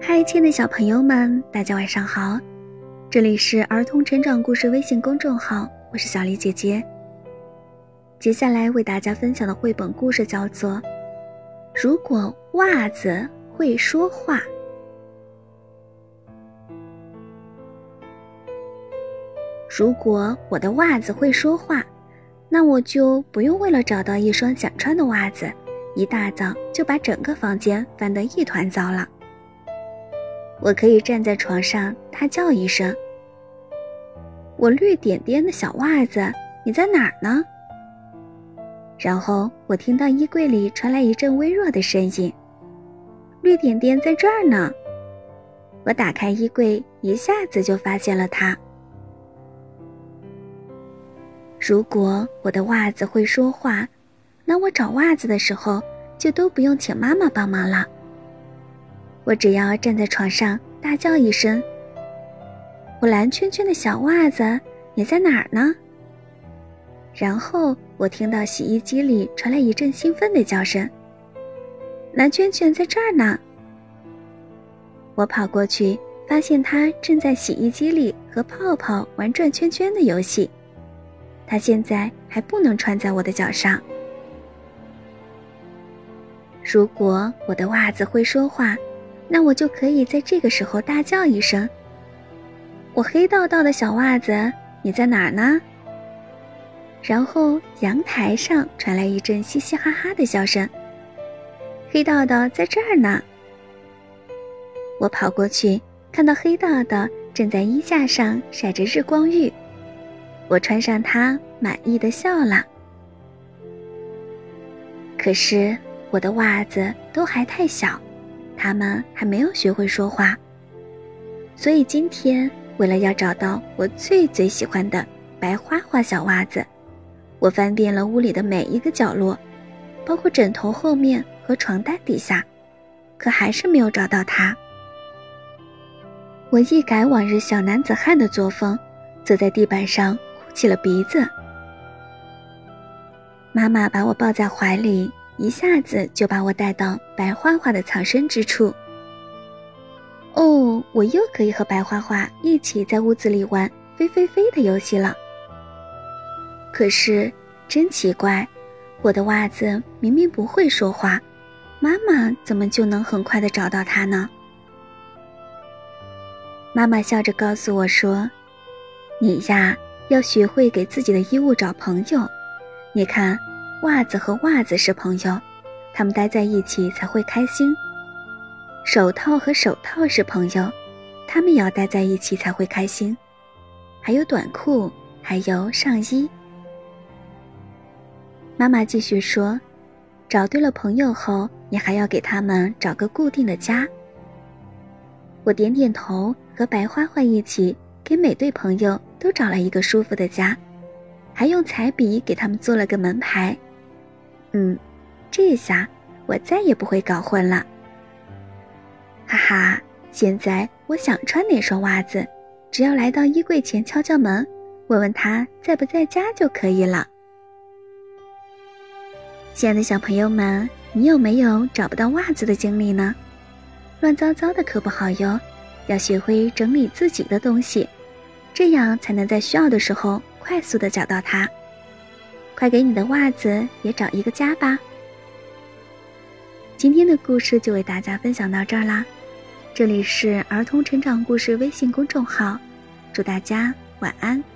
嗨，亲爱的小朋友们，大家晚上好！这里是儿童成长故事微信公众号，我是小黎姐姐。接下来为大家分享的绘本故事叫做《如果袜子会说话》。如果我的袜子会说话，那我就不用为了找到一双想穿的袜子，一大早就把整个房间翻得一团糟了。我可以站在床上大叫一声：我绿点点的小袜子，你在哪儿呢？然后我听到衣柜里传来一阵微弱的声音：绿点点在这儿呢。我打开衣柜，一下子就发现了它。如果我的袜子会说话，那我找袜子的时候就都不用请妈妈帮忙了。我只要站在床上大叫一声：我蓝圈圈的小袜子，你在哪儿呢？然后我听到洗衣机里传来一阵兴奋的叫声：蓝圈圈在这儿呢。我跑过去，发现他正在洗衣机里和泡泡玩转圈圈的游戏。他现在还不能穿在我的脚上。如果我的袜子会说话，那我就可以在这个时候大叫一声：我黑道道的小袜子，你在哪儿呢？然后阳台上传来一阵嘻嘻哈哈的笑声：黑道道在这儿呢。我跑过去，看到黑道道正在衣架上晒着日光浴。我穿上它，满意的笑了。可是我的袜子都还太小，它们还没有学会说话。所以今天，为了要找到我最喜欢的白花花小袜子，我翻遍了屋里的每一个角落，包括枕头后面和床单底下，可还是没有找到它。我一改往日小男子汉的作风，坐在地板上哭起了鼻子。妈妈把我抱在怀里，一下子就把我带到白花花的藏身之处。哦，我又可以和白花花一起在屋子里玩飞飞飞的游戏了。可是真奇怪，我的袜子明明不会说话，妈妈怎么就能很快地找到它呢？妈妈笑着告诉我说：你呀，要学会给自己的衣物找朋友。你看，袜子和袜子是朋友，他们待在一起才会开心。手套和手套是朋友，他们也要待在一起才会开心。还有短裤，还有上衣。妈妈继续说，找对了朋友后，你还要给他们找个固定的家。我点点头，和白花花一起给每对朋友都找了一个舒服的家，还用彩笔给他们做了个门牌。这下我再也不会搞混了。哈哈，现在我想穿哪双袜子，只要来到衣柜前敲敲门，问问他在不在家就可以了。亲爱的小朋友们，你有没有找不到袜子的经历呢？乱糟糟的可不好哟，要学会整理自己的东西，这样才能在需要的时候快速地找到它。快给你的袜子也找一个家吧。今天的故事就为大家分享到这儿啦，这里是儿童成长故事微信公众号，祝大家晚安。